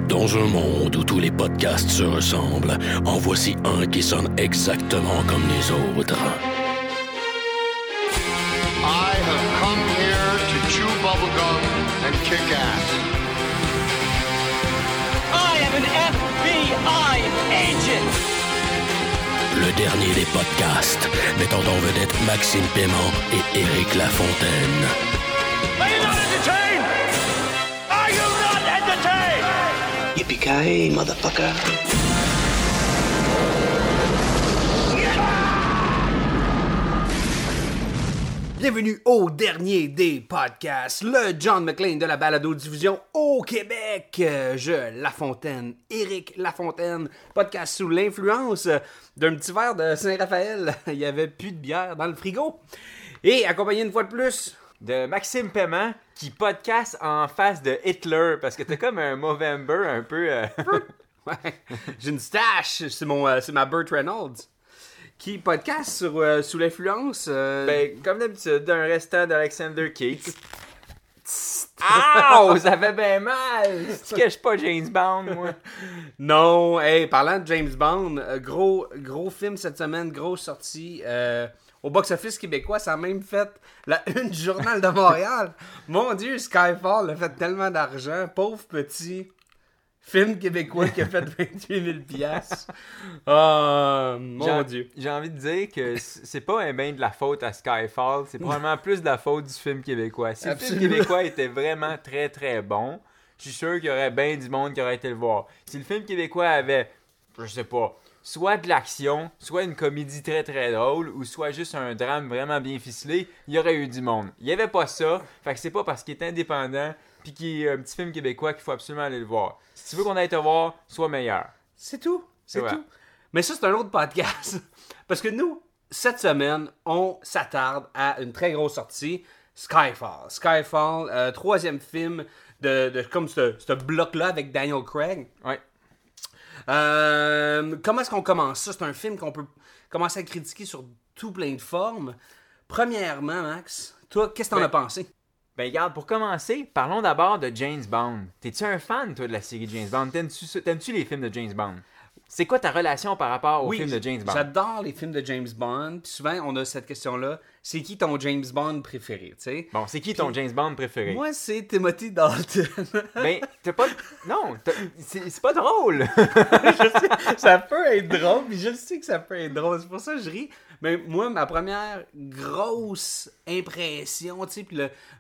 Dans un monde où tous les podcasts se ressemblent, en voici un qui sonne exactement comme les autres. I have come here to chew bubblegum and kick ass. I am an FBI agent! Le dernier des podcasts, mettant en vedette Maxime Paiement et Éric Lafontaine. Are you not entertained? Are you not entertained? Yippee-ki-yay, motherfucker. Bienvenue au dernier des podcasts, le John McClane de la balado-diffusion au Québec. Je, Lafontaine, Éric Lafontaine, podcast sous l'influence d'un petit verre de Saint-Raphaël. Il n'y avait plus de bière dans le frigo. Et accompagné une fois de plus de Maxime Paiement qui podcast en face de Hitler parce que t'as comme un Movember un peu. Ouais, j'ai une stache, c'est ma Burt Reynolds. Qui podcast sur sous l'influence Ben, comme d'habitude, d'un restant d'Alexander Keith. Ouh, ça fait bien mal! Tu caches pas James Bond, moi? Non, hey, parlant de James Bond, gros film cette semaine, grosse sortie. Au box-office québécois, ça a même fait la une du Journal de Montréal. Mon Dieu, Skyfall a fait tellement d'argent. Pauvre petit film québécois qui a fait 28 000 piastres. Mon Dieu. J'ai envie de dire que c'est pas un bain de la faute à Skyfall, c'est probablement plus de la faute du film québécois. Si Absolument. le film québécois était vraiment très très bon, je suis sûr qu'il y aurait bien du monde qui aurait été le voir. Si le film québécois avait, je sais pas, soit de l'action, soit une comédie très très drôle, ou soit juste un drame vraiment bien ficelé, il y aurait eu du monde. Il y avait pas ça, fait que c'est pas parce qu'il est indépendant puis qu'il est un petit film québécois qu'il faut absolument aller le voir. Si tu veux qu'on aille te voir, sois meilleur. C'est tout. C'est Ouais. tout. Mais ça, c'est un autre podcast. Parce que nous, cette semaine, on s'attarde à une très grosse sortie, Skyfall. Skyfall, troisième film de comme ce bloc-là avec Daniel Craig. Ouais. Comment est-ce qu'on commence ça? C'est un film qu'on peut commencer à critiquer sur tout plein de formes. Premièrement, Max, toi, qu'est-ce que t'en as pensé? Ben regarde, pour commencer, parlons d'abord de James Bond. T'es-tu un fan, toi, de la série James Bond? T'aimes-tu les films de James Bond? C'est quoi ta relation par rapport aux films de James Bond? J'adore les films de James Bond. Puis souvent, on a cette question-là. C'est qui ton James Bond préféré, tu sais? Bon, c'est qui ton James Bond préféré? Moi, c'est Timothy Dalton. Ben, t'as pas... Non, c'est pas drôle! Je sais, ça peut être drôle, puis je le sais que ça peut être drôle. C'est pour ça que je ris. Mais moi, ma première grosse impression, tu sais, puis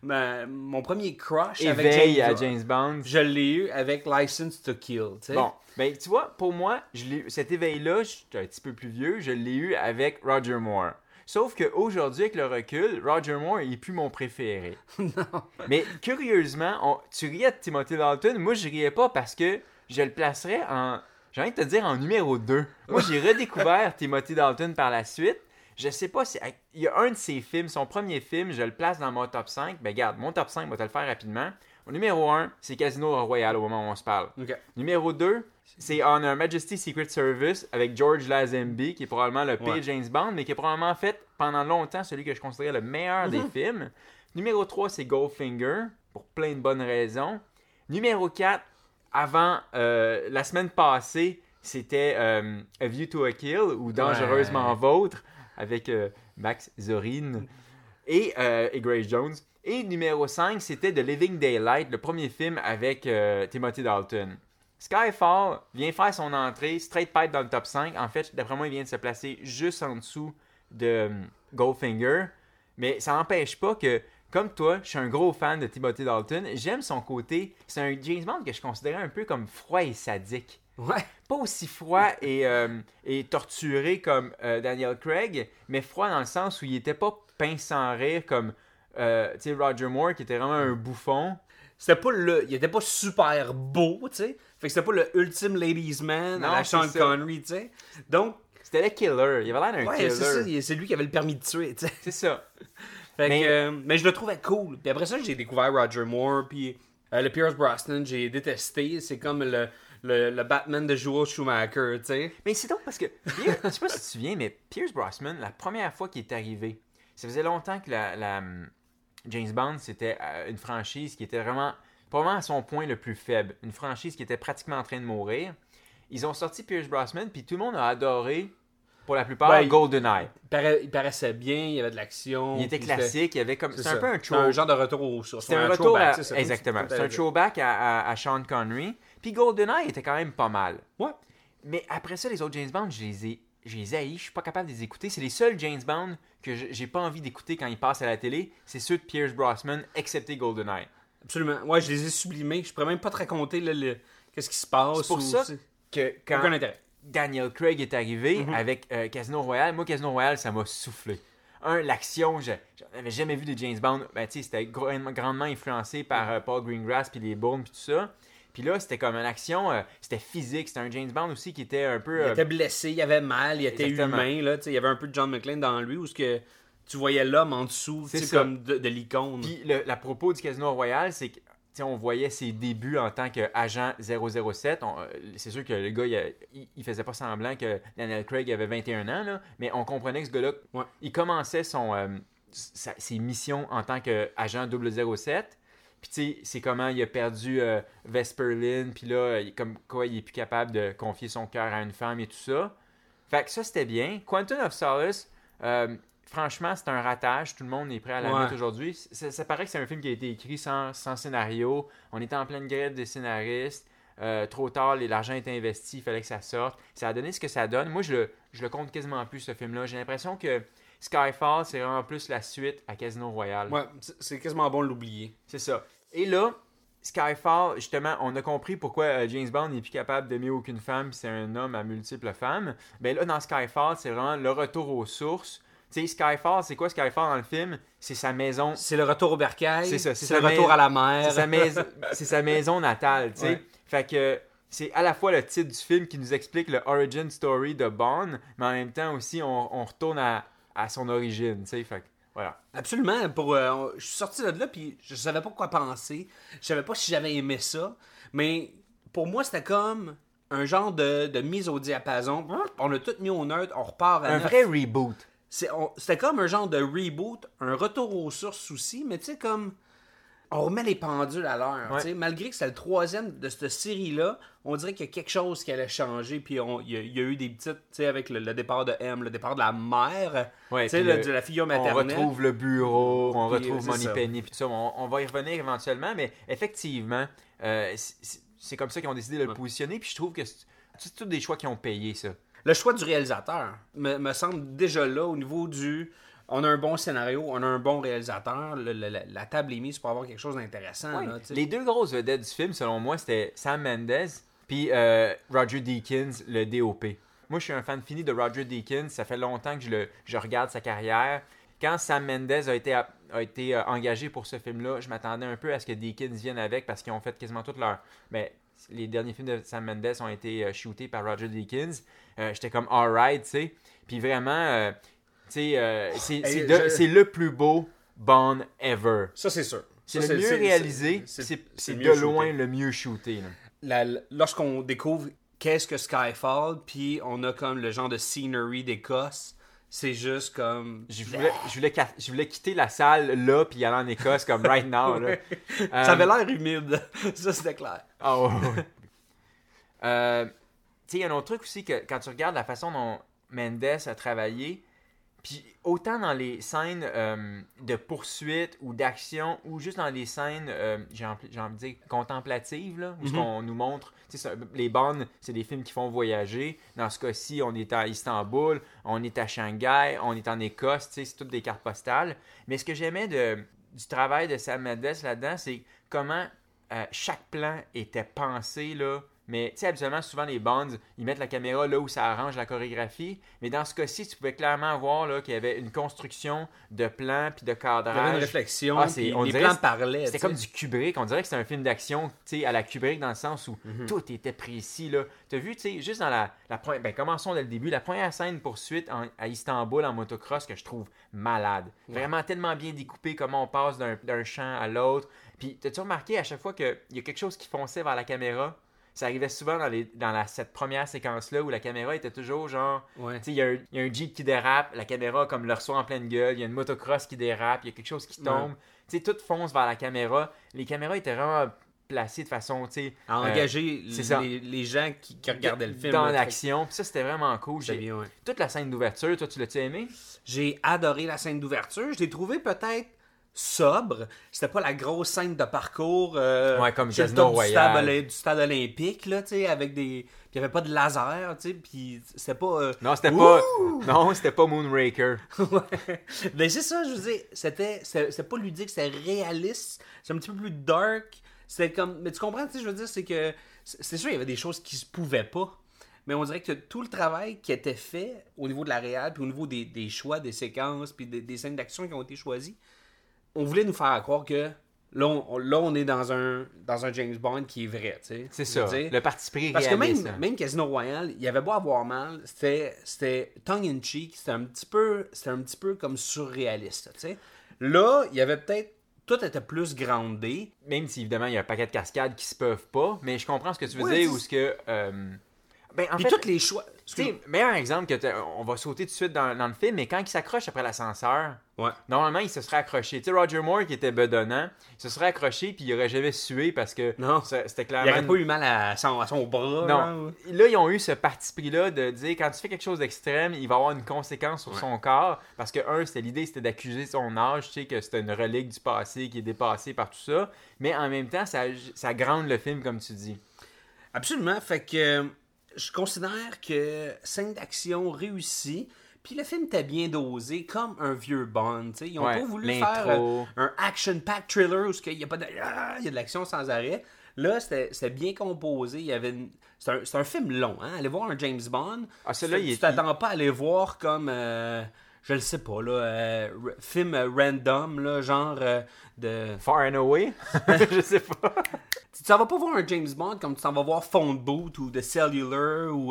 mon premier crush avec Éveil à James James Bond. je l'ai eu avec License to Kill, tu sais. Bon, ben tu vois, pour moi, cet éveil-là, je suis un petit peu plus vieux, je l'ai eu avec Roger Moore. Sauf qu'aujourd'hui, avec le recul, Roger Moore, il est plus mon préféré. Non. Mais curieusement, tu riais de Timothy Dalton, moi je riais pas parce que je le placerais en... J'ai envie de te dire en numéro 2. Moi j'ai redécouvert Timothy Dalton par la suite. Je sais pas si... Il y a un de ses films, son premier film, je le place dans mon top 5. Ben regarde, mon top 5, je vais te le faire rapidement. Au numéro 1, c'est Casino Royale au moment où on se parle. OK. Numéro 2, c'est On Her Majesty's Secret Service avec George Lazenby, qui est probablement le pire Ouais. James Bond, mais qui a probablement fait pendant longtemps celui que je considérais le meilleur des films. Numéro 3, c'est Goldfinger, pour plein de bonnes raisons. Numéro 4, avant la semaine passée, c'était A View to a Kill ou Dangereusement Vôtre avec Max Zorin et Grace Jones. Et numéro 5, c'était The Living Daylight, le premier film avec Timothy Dalton. Skyfall vient faire son entrée straight pipe dans le top 5. En fait, d'après moi, il vient de se placer juste en dessous de Goldfinger. Mais ça n'empêche pas que, comme toi, je suis un gros fan de Timothy Dalton. J'aime son côté. C'est un James Bond que je considérais un peu comme froid et sadique. Ouais. Pas aussi froid et torturé comme Daniel Craig, mais froid dans le sens où il était pas pince sans rire comme tu sais, Roger Moore qui était vraiment un bouffon. Il était pas super beau, tu sais. Fait que c'était pas le ultime ladies man Non, à la c'est Sean ça. Connery, tu sais. Donc, C'était le killer. Il avait l'air d'un ouais, killer. c'est ça. C'est lui qui avait le permis de tuer, tu sais. C'est ça. Fait Mais- mais je le trouvais cool. Puis après ça, j'ai découvert Roger Moore, puis le Pierce Brosnan, j'ai détesté. C'est comme le Batman de Joel Schumacher, tu sais. Mais c'est donc parce que, je sais pas si tu te souviens, mais Pierce Brosnan, la première fois qu'il est arrivé, ça faisait longtemps que la James Bond, c'était une franchise qui était vraiment probablement à son point le plus faible. Une franchise qui était pratiquement en train de mourir. Ils ont sorti Pierce Brosnan, puis tout le monde a adoré, pour la plupart, GoldenEye. Il paraissait bien, il y avait de l'action. Il était classique, il y avait comme... C'est un peu un un genre de retour aux sources. C'était un retour exactement. C'est un throwback à Sean Connery. Puis GoldenEye était quand même pas mal. Ouais. Mais après ça, les autres James Bond, je les haïs, je suis pas capable de les écouter. C'est les seuls James Bond que j'ai pas envie d'écouter quand ils passent à la télé. C'est ceux de Pierce Brosnan, excepté GoldenEye. Absolument. Ouais, je les ai sublimés. Je pourrais même pas te raconter qu'est-ce qui se passe. C'est pour ça que quand aucun intérêt. Daniel Craig est arrivé avec Casino Royale, moi, Casino Royale, ça m'a soufflé. L'action, j'en avais jamais vu de James Bond. Ben, tu sais, c'était grandement influencé par Paul Greengrass, puis les Bourne, puis tout ça. Puis là, c'était comme une action, c'était physique. C'était un James Bond aussi qui était un peu... Il était blessé, il avait mal, il était humain. Là, il y avait un peu de John McClane dans lui, où que tu voyais l'homme en dessous, comme de l'icône. Puis la propos du Casino Royale, c'est que on voyait ses débuts en tant qu'agent 007. C'est sûr que le gars, il faisait pas semblant que Daniel Craig avait 21 ans, là, mais on comprenait que ce gars-là, il commençait ses missions en tant qu'agent 007. Puis tu sais, c'est comment il a perdu Vesper Lynn, puis là, comme quoi il est plus capable de confier son cœur à une femme et tout ça. Fait que ça, c'était bien. Quantum of Solace, franchement, c'est un ratage. Tout le monde est prêt à la mettre aujourd'hui. Ça paraît que c'est un film qui a été écrit sans scénario. On était en pleine grève des scénaristes. Trop tard, l'argent était investi, il fallait que ça sorte. Ça a donné ce que ça donne. Moi, je le compte quasiment plus, ce film-là. J'ai l'impression que Skyfall, c'est vraiment plus la suite à Casino Royale. Ouais, c'est quasiment bon de l'oublier. C'est ça. Et là, Skyfall, justement, on a compris pourquoi James Bond n'est plus capable d'aimer aucune femme, puis c'est un homme à multiples femmes. Ben là, dans Skyfall, c'est vraiment le retour aux sources. Tu sais, Skyfall, c'est quoi Skyfall dans le film? C'est sa maison. C'est le retour au bercail. C'est ça. C'est le retour à la mer. C'est sa maison natale, tu sais. Ouais. Fait que c'est à la fois le titre du film qui nous explique le origin story de Bond, mais en même temps aussi, on retourne à son origine, tu sais. Fait que, voilà. Absolument. Je suis sorti de là, puis je savais pas quoi penser. Je savais pas si j'avais aimé ça. Mais pour moi, c'était comme un genre de mise au diapason. On a tout mis au neutre, on repart à un vrai reboot. C'était comme un genre de reboot, un retour aux sources aussi, mais tu sais, comme on remet les pendules à l'heure. Ouais. Malgré que c'était le troisième de cette série-là, on dirait qu'il y a quelque chose qui allait changer. Puis il y a eu des petites, tu sais, avec le départ de M, le départ de la mère, ouais, de la figure maternelle. On retrouve le bureau, on retrouve Moneypenny, puis tout ça. On va y revenir éventuellement, mais effectivement, c'est comme ça qu'ils ont décidé de le positionner. Puis je trouve que c'est tous des choix qui ont payé ça. Le choix du réalisateur me semble déjà là au niveau du... On a un bon scénario, on a un bon réalisateur, la table est mise pour avoir quelque chose d'intéressant. Ouais. Là, les deux grosses vedettes du film, selon moi, c'était Sam Mendes puis Roger Deakins, le DOP. Moi, je suis un fan fini de Roger Deakins. Ça fait longtemps que je regarde sa carrière. Quand Sam Mendes a été engagé pour ce film-là, je m'attendais un peu à ce que Deakins vienne avec parce qu'ils ont fait quasiment toutes leurs... les derniers films de Sam Mendes ont été shootés par Roger Deakins. J'étais comme alright, tu sais. Puis vraiment, c'est le plus beau Bond ever. Ça, c'est sûr. C'est le mieux réalisé. C'est de loin le mieux shooté. Lorsqu'on découvre qu'est-ce que Skyfall, puis on a comme le genre de scenery d'Écosse, c'est juste comme... Je voulais quitter la salle là, puis aller en Écosse comme right now. Là. Ça avait l'air humide. Ça, c'était clair. Oh, tu sais, il y a un autre truc aussi que quand tu regardes la façon dont Mendes a travaillé, puis autant dans les scènes de poursuite ou d'action, ou juste dans les scènes, j'ai envie de dire, contemplatives, là, où on nous montre, les Bonds, c'est des films qui font voyager. Dans ce cas-ci, on est à Istanbul, on est à Shanghai, on est en Écosse, c'est toutes des cartes postales. Mais ce que j'aimais du travail de Sam Mendes là-dedans, c'est comment chaque plan était pensé, là. Mais tu sais, habituellement, souvent les Bonds, ils mettent la caméra là où ça arrange la chorégraphie. Mais dans ce cas-ci, tu pouvais clairement voir là, qu'il y avait une construction de plans puis de cadrage. Il y avait une réflexion, les plans parlaient. C'était comme du Kubrick. On dirait que c'était un film d'action à la Kubrick dans le sens où tout était précis. Tu as vu, tu sais, juste dans la première... Ben, commençons dès le début. La première scène poursuite à Istanbul en motocross que je trouve malade. Ouais. Vraiment tellement bien découpé, comment on passe d'un champ à l'autre. Puis, t'as-tu remarqué à chaque fois qu'il y a quelque chose qui fonçait vers la caméra? Ça arrivait souvent dans cette première séquence-là où la caméra était toujours genre... Ouais. Tu sais, il y a un Jeep qui dérape, la caméra comme le reçoit en pleine gueule, il y a une motocross qui dérape, il y a quelque chose qui tombe. Ouais. Tu sais, tout fonce vers la caméra. Les caméras étaient vraiment placé de façon, tu sais... À engager c'est ça. les gens qui regardaient le film. Dans là, l'action. Puis ça, c'était vraiment cool. C'était bien, ouais. Toute la scène d'ouverture, toi, tu l'as-tu aimé? J'ai adoré la scène d'ouverture. Je l'ai trouvé peut-être sobre. C'était pas la grosse scène de parcours comme sur le Casino top Royale. du stade olympique, là, tu sais, avec des... Puis il n'y avait pas de laser, tu sais, puis c'était pas... Non, c'était Ouh! pas... Non, c'était pas Moonraker. Ouais. Mais c'est ça, je veux dire, c'était pas ludique, c'était réaliste, c'est un petit peu plus dark, c'était comme... Mais tu comprends, tu sais, je veux dire, c'est que... C'est sûr, il y avait des choses qui se pouvaient pas, mais on dirait que tout le travail qui était fait au niveau de la réal, puis au niveau des choix, des séquences, puis des scènes d'action qui ont été choisies, on voulait nous faire croire que là, on est dans un James Bond qui est vrai, tu sais. C'est ça, le parti pris parce que réaliste. même Casino Royale, il y avait beau avoir mal, c'était tongue-in-cheek, c'était un petit peu comme surréaliste, tu sais. Là, il y avait peut-être... Tout était plus groundé. Même si, évidemment, il y a un paquet de cascades qui se peuvent pas, mais je comprends ce que tu veux Ouais, dire, c'est- ou ce que... en Puis fait, tous les choix... tu sais, meilleur exemple que on va sauter tout de suite dans le film, mais quand il s'accroche après l'ascenseur, Ouais. normalement, il se serait accroché. Tu sais, Roger Moore, qui était bedonnant, il se serait accroché, puis il aurait jamais sué parce que Non. c'était Il clairement... n'aurait pas eu mal à son bras. Non. Là, ils ont eu ce parti pris-là de dire quand tu fais quelque chose d'extrême, il va avoir une conséquence sur son corps. Parce que, l'idée, c'était d'accuser son âge, tu sais, que c'était une relique du passé qui est dépassée par tout ça. Mais en même temps, ça grande le film, comme tu dis. Absolument. Fait que je considère que scène d'action réussie. Puis le film était bien dosé, comme un vieux Bond. T'sais. Ils n'ont Ouais, pas voulu l'intro. faire un action-packed thriller où il y a pas de... il y a de l'action sans arrêt. Là, c'était bien composé. Il y avait c'est un film long. Hein? Aller voir un James Bond, Ah, celui-là, tu t'attends pas à aller voir comme... je le sais pas, là, film random, là, genre de... Far and Away? Je sais pas. Tu t'en vas pas voir un James Bond comme tu t'en vas voir Phone Boot ou The Cellular ou,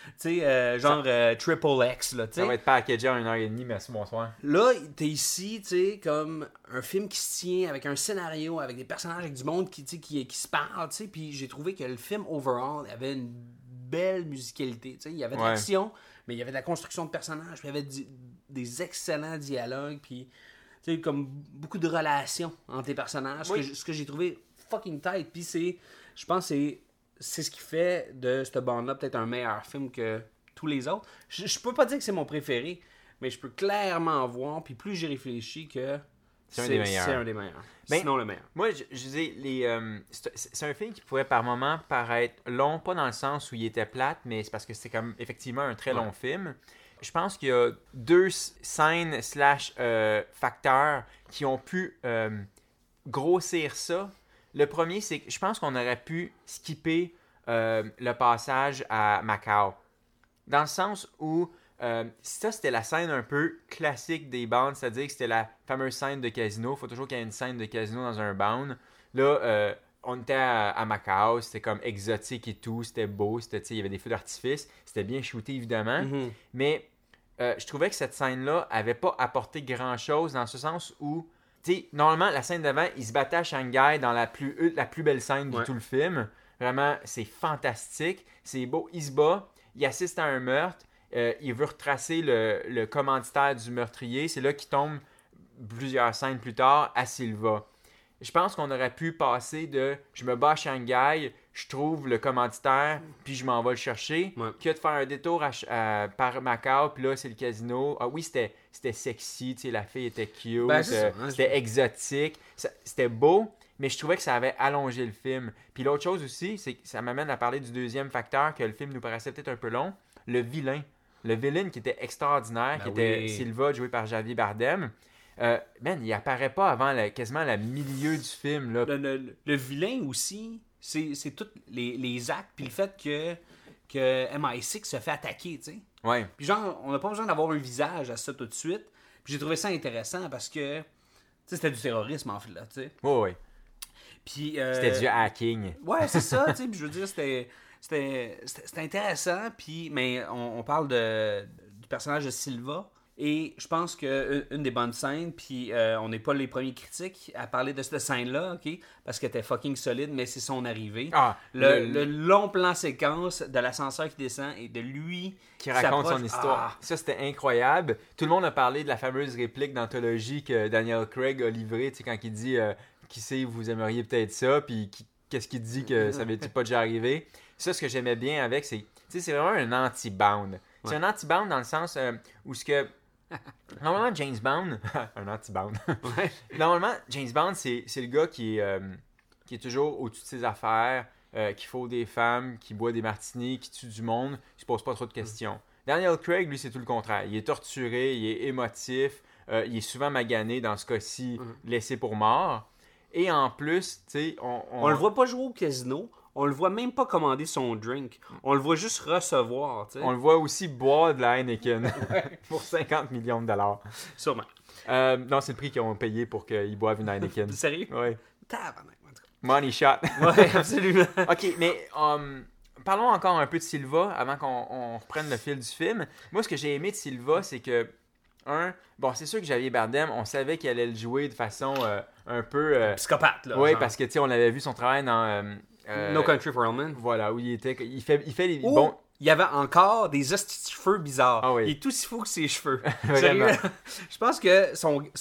genre Triple X, là, tu sais. Ça va être packagé en 1h30, merci, bonsoir. Là, t'es ici, tu sais, comme un film qui se tient avec un scénario, avec des personnages, avec du monde qui se parle, tu sais. Puis j'ai trouvé que le film, overall, avait une belle musicalité, tu sais. Il y avait de l'action, mais il y avait de la construction de personnages, puis il y avait des excellents dialogues, puis, tu sais, comme beaucoup de relations entre les personnages. Oui. Ce que j'ai trouvé fucking tight. Puis je pense que c'est ce qui fait de ce Bond-là peut-être un meilleur film que tous les autres. Je peux pas dire que c'est mon préféré, mais je peux clairement voir, puis plus j'y réfléchis, que c'est un des meilleurs. C'est un des meilleurs. Ben, sinon le meilleur. Moi, je disais, c'est un film qui pouvait par moments paraître long, pas dans le sens où il était plate, mais c'est parce que c'est comme effectivement un très long film. Je pense qu'il y a 2 scènes / facteurs qui ont pu grossir ça. Le premier, c'est que je pense qu'on aurait pu skipper le passage à Macao. Dans le sens où ça, c'était la scène un peu classique des Bonds, c'est-à-dire que c'était la fameuse scène de casino. Il faut toujours qu'il y ait une scène de casino dans un Bond. Là, on était à Macao, c'était comme exotique et tout, c'était beau, il y avait des feux d'artifice, c'était bien shooté évidemment, mais je trouvais que cette scène-là avait pas apporté grand-chose dans ce sens où, tu sais, normalement, la scène d'avant, il se battait à Shanghai dans la plus belle scène de tout le film. Vraiment, c'est fantastique, c'est beau, il se bat, il assiste à un meurtre, il veut retracer le commanditaire du meurtrier, c'est là qu'il tombe plusieurs scènes plus tard à Silva. Je pense qu'on aurait pu passer de je me bats à Shanghai, je trouve le commanditaire, puis je m'en vais le chercher, que de faire un détour par Macao, puis là c'est le casino. Ah oui, c'était sexy, tu sais, la fille était cute, c'était exotique, c'était beau, mais je trouvais que ça avait allongé le film. Puis l'autre chose aussi, c'est que ça m'amène à parler du deuxième facteur, que le film nous paraissait peut-être un peu long, le vilain. Le vilain qui était extraordinaire, qui était Silva, joué par Javier Bardem. Il apparaît pas avant quasiment le milieu du film. Là. Le vilain aussi, c'est tous les actes, puis le fait que MI6 se fait attaquer, tu sais. Ouais. Puis genre, on n'a pas besoin d'avoir un visage à ça tout de suite. Puis j'ai trouvé ça intéressant parce que, tu sais, c'était du terrorisme en fait, là, tu sais. Ouais. Puis... c'était du hacking. Ouais, c'est ça, tu sais, puis je veux dire, c'était intéressant, puis, mais on parle du personnage de Silva. Et je pense qu'une des bonnes scènes, puis on n'est pas les premiers critiques à parler de cette scène-là, ok, parce qu'elle était fucking solide, mais c'est son arrivée. Le long plan séquence de l'ascenseur qui descend et de lui qui raconte son histoire. Ça, c'était incroyable. Tout le monde a parlé de la fameuse réplique d'anthologie que Daniel Craig a livrée, tu sais, quand il dit qui sait, vous aimeriez peut-être ça, puis qu'est-ce qu'il dit que ça m'est pas déjà arrivé. Ça, ce que j'aimais bien avec, c'est vraiment un anti-Bond. C'est un anti-Bond dans le sens où ce que... Normalement, James Bond... un anti-Bond. Normalement, James Bond, c'est le gars qui est toujours au-dessus de ses affaires, qui faut des femmes, qui boit des martinis, qui tue du monde, qui se pose pas trop de questions. Daniel Craig, lui, c'est tout le contraire. Il est torturé, il est émotif, il est souvent magané, dans ce cas-ci, laissé pour mort. Et en plus, tu sais, on le voit pas jouer au casino. On le voit même pas commander son drink. On le voit juste recevoir, tu sais. On le voit aussi boire de la Heineken pour 50 millions de dollars. Sûrement. Non, c'est le prix qu'ils ont payé pour qu'ils boivent une Heineken. Sérieux? Oui. Tabarnak. Money shot. Oui, absolument. OK, mais parlons encore un peu de Silva avant qu'on reprenne le fil du film. Moi, ce que j'ai aimé de Silva, c'est que c'est sûr que Javier Bardem, on savait qu'il allait le jouer de façon un peu... psychopathe, là. Oui, parce que, tu sais, on avait vu son travail dans... No Country for Old Men. Voilà, où il fait les bons... Il y avait encore des hosties de cheveux bizarres. Ah oui. Il est aussi fou que ses cheveux. Vraiment. Je pense que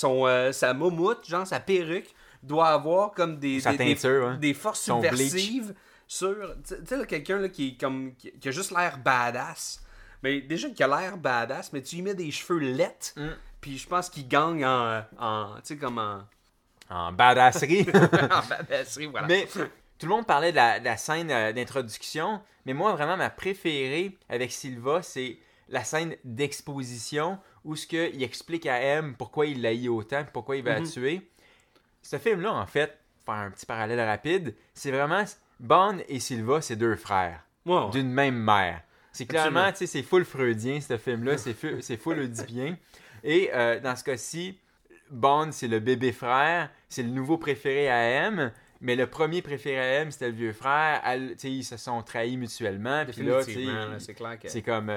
sa moumoute, genre sa perruque, doit avoir comme des forces subversives sur... Tu sais, quelqu'un là, qui a juste l'air badass. Mais déjà qu'il a l'air badass, mais tu lui mets des cheveux laids, puis je pense qu'il gagne en tu sais, comme en badasserie. En badasserie, voilà. Mais tout le monde parlait de la scène d'introduction, mais moi, vraiment, ma préférée avec Silva, c'est la scène d'exposition où il explique à M pourquoi il l'haït autant, pourquoi il va la tuer. Ce film-là, en fait, pour faire un petit parallèle rapide, c'est vraiment Bond et Silva, c'est deux frères d'une même mère. C'est clairement, tu sais, c'est full freudien, ce film-là, c'est full oedipien. Et dans ce cas-ci, Bond, c'est le bébé frère, c'est le nouveau préféré à M, mais le premier préféré à M, c'était le vieux frère. Ils se sont trahis mutuellement. Puis là, c'est clair que... c'est comme,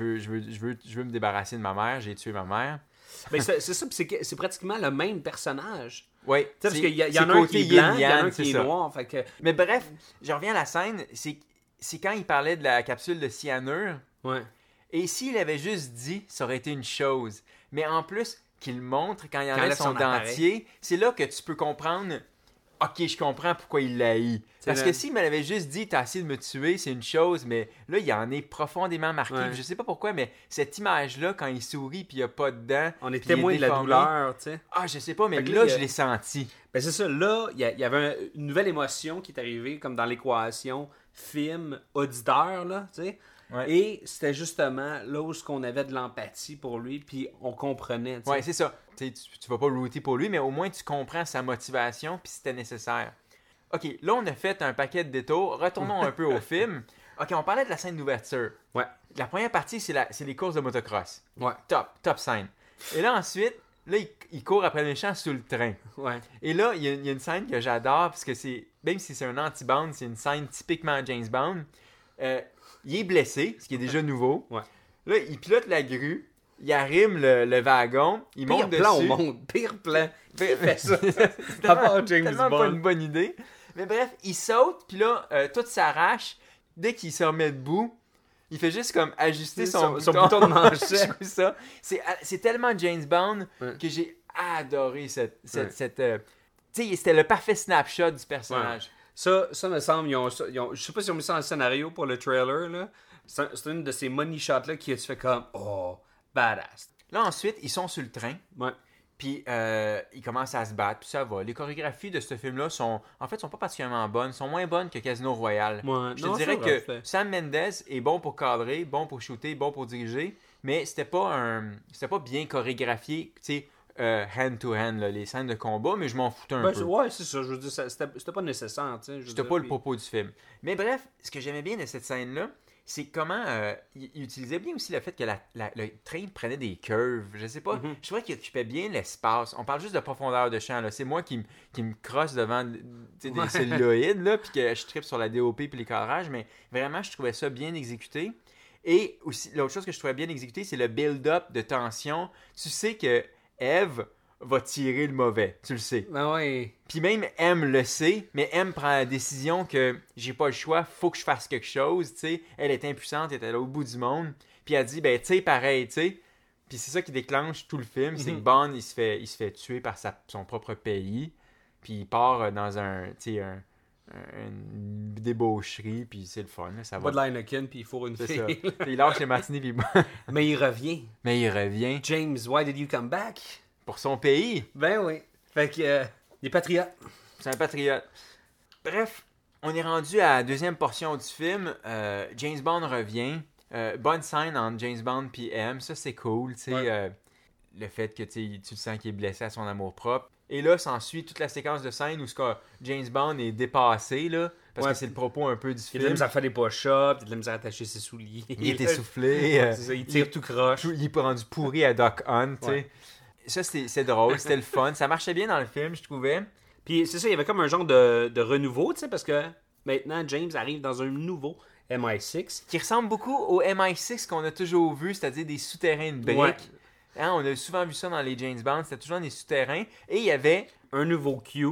je veux me débarrasser de ma mère, j'ai tué ma mère. Mais c'est ça, c'est pratiquement le même personnage. Oui. Parce qu'il y en a un qui est blanc, il y en a un qui est noir. Fait que... Mais bref, je reviens à la scène, c'est quand il parlait de la capsule de cyanure. Ouais. Et s'il avait juste dit, ça aurait été une chose. Mais en plus, qu'il montre quand il enlève son dentier, c'est là que tu peux comprendre... OK, je comprends pourquoi il l'a haï. Parce que s'il me l'avait juste dit, t'as essayé de me tuer, c'est une chose, mais là, il en est profondément marqué. Ouais. Je sais pas pourquoi, mais cette image-là, quand il sourit puis il n'y a pas de dents... On est témoin de la douleur, tu sais. Ah, je sais pas, mais là, je l'ai senti. Ben c'est ça, là, il y avait une nouvelle émotion qui est arrivée, comme dans l'équation film-auditeur, là, tu sais. Ouais. Et c'était justement là où on avait de l'empathie pour lui, puis on comprenait. Oui, c'est ça. Tu vas pas rooter pour lui, mais au moins tu comprends sa motivation, puis c'était nécessaire. OK, là on a fait un paquet de détours. Retournons un peu au film. OK, on parlait de la scène d'ouverture. Ouais. La première partie, c'est les courses de motocross. Ouais. Top scène. Et là ensuite, là il court après le méchant sous le train. Ouais. Et là, il y a une scène que j'adore, parce que même si c'est un anti-Bond, c'est une scène typiquement James Bond. Il est blessé, ce qui est déjà nouveau. Ouais. Là, il pilote la grue, il arrime le wagon, il monte dessus. Pire plan au monde, pire plan. Il fait ça. C'est tellement pas une bonne idée. Mais bref, il saute, puis là, tout s'arrache. Dès qu'il se remet debout, il fait juste comme ajuster son bouton de manchette. ça. C'est tellement James Bond que j'ai adoré cette tu sais, c'était le parfait snapshot du personnage. Ouais. Ça me semble, je sais pas si on met ça dans le scénario pour le trailer, là. C'est une de ces money shots-là qui tu fais comme, oh, badass. Là, ensuite, ils sont sur le train. Ouais. Puis, ils commencent à se battre, puis ça va. Les chorégraphies de ce film-là sont pas particulièrement bonnes, sont moins bonnes que Casino Royale. Ouais. Je te dirais que Sam Mendes est bon pour cadrer, bon pour shooter, bon pour diriger, mais c'était pas bien chorégraphié, tu sais, hand-to-hand, là, les scènes de combat, mais je m'en foutais un peu. Ouais, c'est ça. Je veux dire, c'était pas nécessaire. C'était pas le propos du film. Mais bref, ce que j'aimais bien de cette scène-là, c'est comment il utilisait bien aussi le fait que le train prenait des curves. Je sais pas, je trouvais qu'il occupait bien l'espace. On parle juste de profondeur de champ, là. C'est moi qui me crosse devant des celluloïdes, là, puis que je trippe sur la DOP puis les cadrages, mais vraiment, je trouvais ça bien exécuté. Et aussi, l'autre chose que je trouvais bien exécuté, c'est le build-up de tension. Tu sais que Eve va tirer le mauvais, tu le sais. Ben oui. Puis même M le sait, mais M prend la décision que j'ai pas le choix, faut que je fasse quelque chose, tu sais. Elle est impuissante, elle est à l'autre bout du monde. Puis elle dit, ben tu sais, pareil, tu sais. Puis c'est ça qui déclenche tout le film, c'est que Bond, il se fait tuer par son propre pays. Puis il part dans un une débaucherie, puis c'est le fun. Là, ça Pas va. de Heineken, puis il faut une C'est fille. ça. Il lâche les matinées, puis Mais il revient. mais il revient James, why did you come back? pour son pays. Ben oui. Fait que, il est patriote. C'est un patriote. Bref, on est rendu à la deuxième portion du film. James Bond revient. Bonne scène entre James Bond et M. Ça, c'est cool. Tu sais, Ouais. le fait que tu le sens qu'il est blessé à son amour-propre. Et là, s'ensuit toute la séquence de scène où James Bond est dépassé, là, parce Ouais. que c'est le propos un peu du Il a de la film. misère à faire des push-ups, il a de la misère à attacher ses souliers. Il est essoufflé. C'est ça, il tire tout croche. Il est rendu pourri à Doc Hunt. Tu sais. Ouais. Ça, c'est drôle. C'était le fun. Ça marchait bien dans le film, je trouvais. Puis c'est ça, il y avait comme un genre de renouveau, tu sais, parce que maintenant, James arrive dans un nouveau MI6. Qui ressemble beaucoup au MI6 qu'on a toujours vu, c'est-à-dire des souterrains de briques. Ouais. Hein, on a souvent vu ça dans les James Bond, c'était toujours des souterrains. Et il y avait... Un nouveau Q.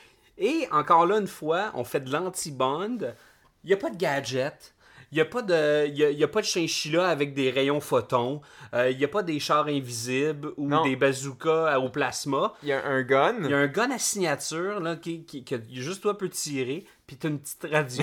Et encore là, une fois, on fait de l'anti-Bond. Il n'y a pas de gadget. Il n'y a pas de chinchilla avec des rayons photons. Il n'y a pas des chars invisibles ou Non. des bazookas au plasma. Il y a un gun. Il y a un gun à signature là, que juste toi peux tirer. Puis t'as une petite radio.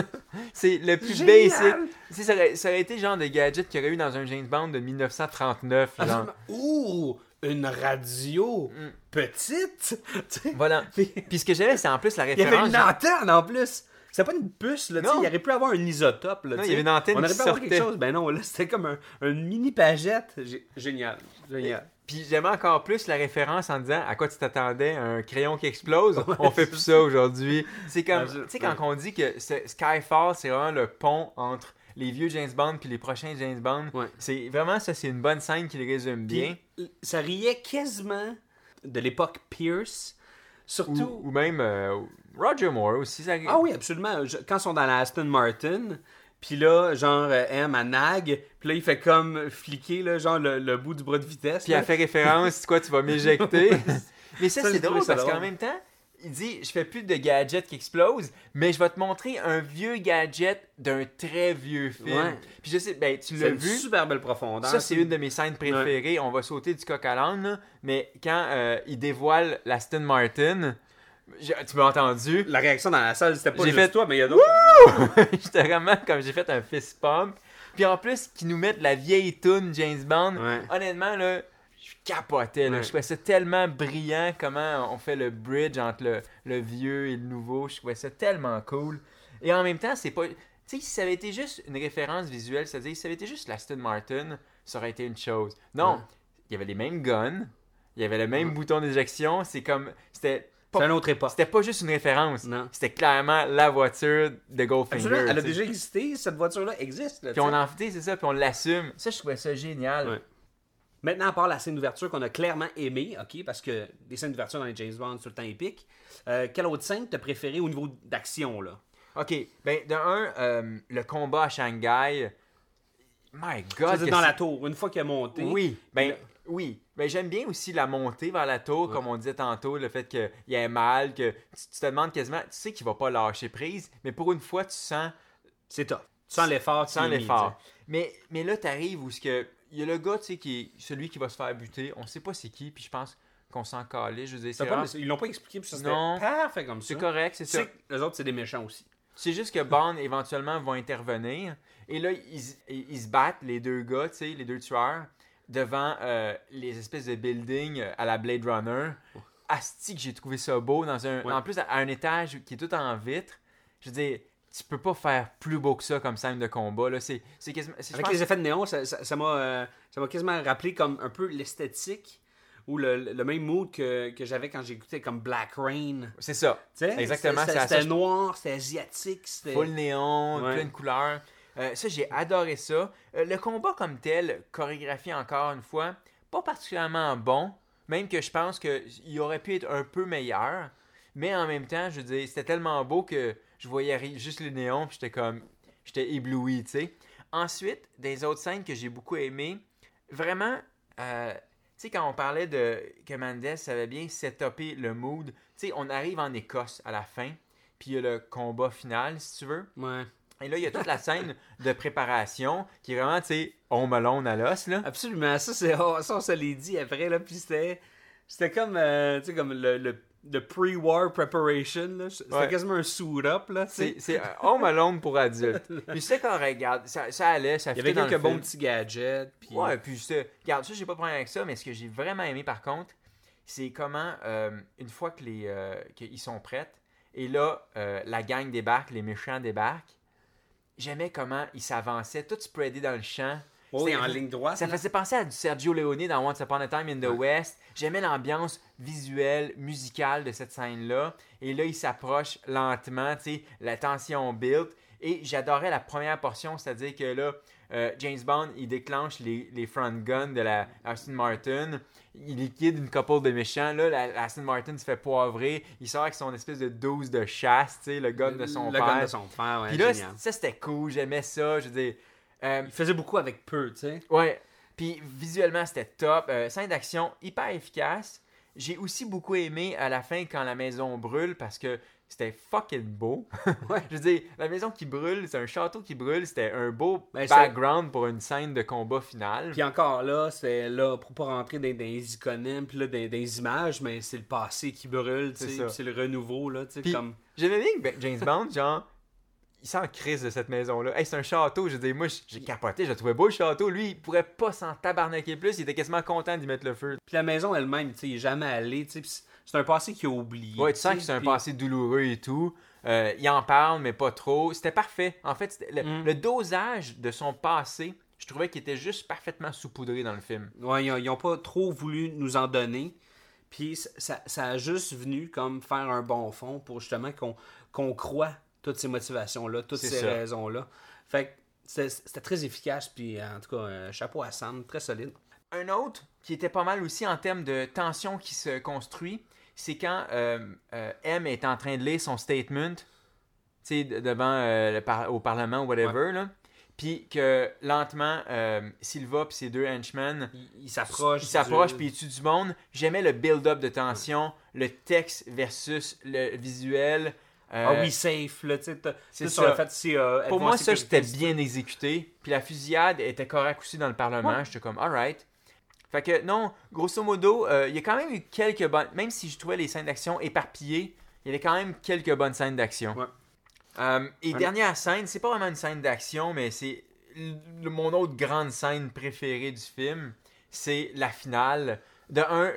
C'est le plus Génial! basic. Tu sais, ça aurait été le genre de gadget qu'il y aurait eu dans un James Bond de 1939. Genre. Ouh! Une radio petite. Tu sais, Voilà. Puis ce que j'avais, c'est en plus la il y avait référence. une antenne en plus. C'est pas une puce, là, tu sais, Non. il aurait pu avoir un isotope. Là, Non, tu il y avait sais. une antenne On aurait qui pu avoir quelque sortait. chose. Ben non, là, c'était comme un mini pagette. Génial. Génial. Puis j'aimais encore plus la référence en disant à quoi tu t'attendais, un crayon qui explose. On fait plus ça aujourd'hui. C'est comme, tu sais, quand on dit que Skyfall, c'est vraiment le pont entre les vieux James Bond puis les prochains James Bond. Ouais. C'est vraiment ça, c'est une bonne scène qui le résume bien. Puis, ça riait quasiment de l'époque Pierce. Surtout. Ou même Roger Moore aussi. Ça... Ah oui, absolument. Quand ils sont dans la Aston Martin, puis là, genre, M à nag, puis là, il fait comme fliquer, là, genre, le bout du bras de vitesse. Puis là. elle fait référence, quoi, tu vas m'éjecter. Mais ça, Ça, c'est j'ai trouvé drôle ça parce drôle. qu'en même temps, il dit je fais plus de gadgets qui explosent, mais je vais te montrer un vieux gadget d'un très vieux film. Ouais. Puis je sais, ben tu C'est l'as une vu. super belle profondeur. Ça, c'est une de mes scènes préférées. On va sauter du coq à l'âne, là. Mais quand il dévoile l'Aston Martin, tu m'as entendu? La réaction dans la salle, c'était pas J'ai juste fait- toi, mais il y a d'autres. J'étais vraiment comme j'ai fait un fist pump. Puis en plus, qu'ils nous mettent la vieille toune James Bond. Ouais. Honnêtement, là, je capotais. Là. Ouais. Je trouvais ça tellement brillant comment on fait le bridge entre le vieux et le nouveau. Je trouvais ça tellement cool. Et en même temps, c'est pas... Tu sais, si ça avait été juste une référence visuelle, c'est-à-dire si ça avait été juste l'Aston Martin, ça aurait été une chose. Non, Ouais. il y avait les mêmes guns, il y avait le même bouton d'éjection. C'est comme... C'était C'est une autre époque. c'était pas juste une référence. Non. C'était clairement la voiture de Goldfinger. Absolument, elle a tu sais. déjà existé, cette voiture-là existe. Là, Puis on tu sais. en fait, c'est ça, puis on l'assume. Ça, je trouvais ça génial. Ouais. Maintenant, à part la scène d'ouverture qu'on a clairement aimée, ok, parce que les scènes d'ouverture dans les James Bond, c'est tout le temps épique, quelle autre scène t'as préférée au niveau d'action, là? Ok, ben, de un, le combat à Shanghai. My Ça God! veut dire que dans c'est- la tour, une fois qu'elle est montée. Oui, ben, Le- oui. Ben, j'aime bien aussi la montée vers la tour, comme on disait tantôt, le fait qu'il y ait mal, que tu te demandes quasiment, tu sais qu'il va pas lâcher prise, mais pour une fois, tu sens C'est tough. Tu sens l'effort. qui sans est mis, l'effort. Mais là, t'arrives où il y a le gars, tu sais, qui est celui qui va se faire buter. On sait pas c'est qui, puis je pense qu'on s'en calait. Je veux dire, tu sais. c'est Pas- vraiment- Ils l'ont pas expliqué, puis ça c'était Non. parfait comme ça. c'est correct, c'est Tu ça. sais que les autres, c'est des méchants aussi. C'est juste que Bond, éventuellement, vont intervenir. Et là, ils se battent, les deux gars, tu sais, les deux tueurs, devant les espèces de buildings à la Blade Runner. Asti que j'ai trouvé ça beau. Ouais. En plus, à un étage qui est tout en vitre. Je veux dire, tu peux pas faire plus beau que ça comme scène de combat. Là. C'est quasiment... je Avec pense- les effets de néon, ça m'a quasiment rappelé comme un peu l'esthétique ou le même mood que j'avais quand j'écoutais comme Black Rain. C'est ça. Tu sais, Exactement, c'est à ça C'était que- noir, c'était asiatique, c'était... Full néon, Ouais. plein de couleurs. Ça, j'ai adoré ça. Le combat comme tel, chorégraphié encore une fois, pas particulièrement bon. Même que je pense qu'il aurait pu être un peu meilleur. Mais en même temps, je veux dire, c'était tellement beau que je voyais juste les néons, puis j'étais ébloui, tu sais. Ensuite, des autres scènes que j'ai beaucoup aimées, vraiment, tu sais, quand on parlait de que Mendes savait bien setupper le mood, tu sais, on arrive en Écosse à la fin, puis il y a le combat final, si tu veux. Ouais. Et là, il y a toute la scène de préparation qui est vraiment, tu sais, Home Alone à l'os, là. Absolument, ça, on se l'est dit après, là, puis c'était comme, tu sais, comme de pre-war preparation. Là. C'était quasiment un suit-up. Là, c'est Home Alone pour adultes. Puis c'est quand on regarde, ça allait, ça il y avait quelques bons petits gadgets. Puis... Ouais, puis regarde, ça, j'ai pas de problème avec ça, mais ce que j'ai vraiment aimé par contre, c'est comment, une fois que qu'ils sont prêts, et là, la gang débarque, les méchants débarquent, j'aimais comment ils s'avançaient, tout spreadé dans le champ. Oui, en ligne droite. Ça faisait penser à du Sergio Leone dans Once Upon a Time in the West. J'aimais l'ambiance visuelle, musicale de cette scène-là. Et là, ils s'approchent lentement, tu sais, la tension build. Et j'adorais la première portion, c'est-à-dire que là, James Bond, il déclenche les front guns de la Aston Martin. Il liquide une couple de méchants. Là, la Aston Martin se fait poivrer. Il sort avec son espèce de 12 de chasse, tu sais, le gun de son père. Le gun de son père, ouais. Puis là, génial. ça, c'était cool. J'aimais ça. Je veux dire... il faisait beaucoup avec peu, tu sais. Ouais. Puis visuellement, c'était top. Scène d'action hyper efficace. J'ai aussi beaucoup aimé à la fin quand la maison brûle parce que c'était fucking beau. Ouais. Je veux dire, la maison qui brûle, c'est un château qui brûle. C'était un beau background pour une scène de combat finale. Puis encore là, c'est là, pour pas rentrer dans les icônes, puis là, dans les images, mais c'est le passé qui brûle, tu sais. C'est le renouveau, là, tu sais, comme... J'aimais bien que James Bond, genre... Il s'en crise de cette maison-là. Hey, c'est un château. Je veux dire, moi, j'ai capoté. Je le trouvais beau, le château. Lui, il pourrait pas s'en tabarnaquer plus. Il était quasiment content d'y mettre le feu. Puis la maison elle-même, tu sais, il est jamais allé. Tu sais, c'est un passé qu'il a oublié. Ouais, tu sens que c'est un passé douloureux et tout. Il en parle, mais pas trop. C'était parfait. En fait, le dosage de son passé, je trouvais qu'il était juste parfaitement saupoudré dans le film. Ouais, ils ont pas trop voulu nous en donner. Puis ça a juste venu comme faire un bon fond pour justement qu'on croit toutes ces motivations-là, toutes ces raisons-là. Fait que c'était très efficace, puis en tout cas, chapeau à Sam, très solide. Un autre qui était pas mal aussi en termes de tension qui se construit, c'est quand M est en train de lire son statement, tu sais, devant au Parlement ou whatever, là. Puis que lentement, Silva puis ses deux henchmen, ils s'approchent. Puis ils tuent du monde. J'aimais le build-up de tension, le texte versus le visuel. Oui, safe, là, tu sais. C'est ça. Pour moi, ça, c'était bien exécuté. Puis la fusillade était correcte aussi dans le Parlement. Ouais. J'étais comme, alright. Fait que, non, grosso modo, il y a quand même eu quelques bonnes... Même si je trouvais les scènes d'action éparpillées, il y avait quand même quelques bonnes scènes d'action. Ouais. Dernière scène, c'est pas vraiment une scène d'action, mais c'est mon autre grande scène préférée du film. C'est la finale. De un,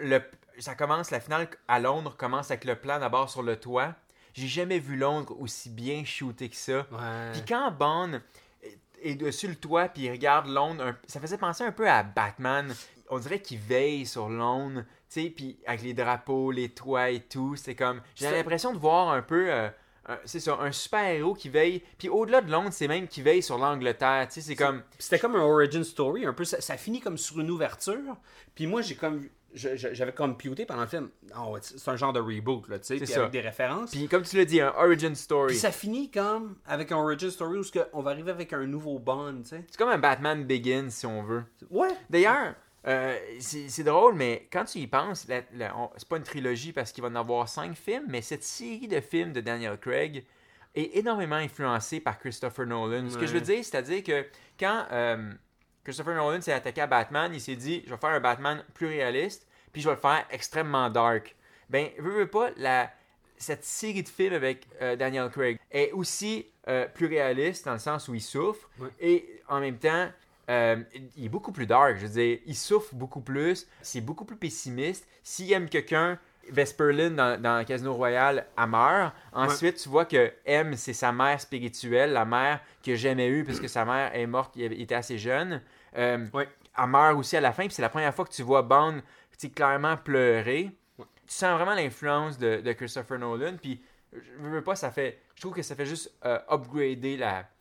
la finale à Londres commence avec le plan d'abord sur le toit. J'ai jamais vu Londres aussi bien shooté que ça. Ouais. Puis quand Bond est dessus le toit puis il regarde Londres, ça faisait penser un peu à Batman. On dirait qu'il veille sur Londres, tu sais, puis avec les drapeaux, les toits et tout. C'est comme... J'ai l'impression de voir un peu... c'est ça, un super-héros qui veille. Puis au-delà de Londres, c'est même qui veille sur l'Angleterre. Tu sais, c'est comme... C'était comme un origin story, un peu. Ça finit comme sur une ouverture. Puis moi, j'avais computé pendant le film. Oh, c'est un genre de reboot, là, tu sais, puis avec des références. Puis comme tu l'as dit, un origin story. Puis ça finit comme avec un origin story où on va arriver avec un nouveau Bond, tu sais. C'est comme un Batman Begins, si on veut. Ouais. D'ailleurs, c'est drôle, mais quand tu y penses, c'est pas une trilogie parce qu'il va en avoir 5 films, mais cette série de films de Daniel Craig est énormément influencée par Christopher Nolan. Ce que je veux dire, c'est-à-dire que quand Christopher Nolan s'est attaqué à Batman, il s'est dit, je vais faire un Batman plus réaliste, puis je vais le faire extrêmement dark. Ben, veux pas, cette série de films avec Daniel Craig est aussi plus réaliste dans le sens où il souffre, et en même temps, il est beaucoup plus dark. Je veux dire, il souffre beaucoup plus, c'est beaucoup plus pessimiste. S'il aime quelqu'un, Vesperlin dans Casino Royale, elle meurt. Ensuite, tu vois que M, c'est sa mère spirituelle, la mère qu'il n'a jamais eue parce que sa mère est morte, il était assez jeune. Elle meurt aussi à la fin, puis c'est la première fois que tu vois Bond clairement pleurer. Tu sens vraiment l'influence de Christopher Nolan, puis je veux pas, je trouve que ça fait juste upgrader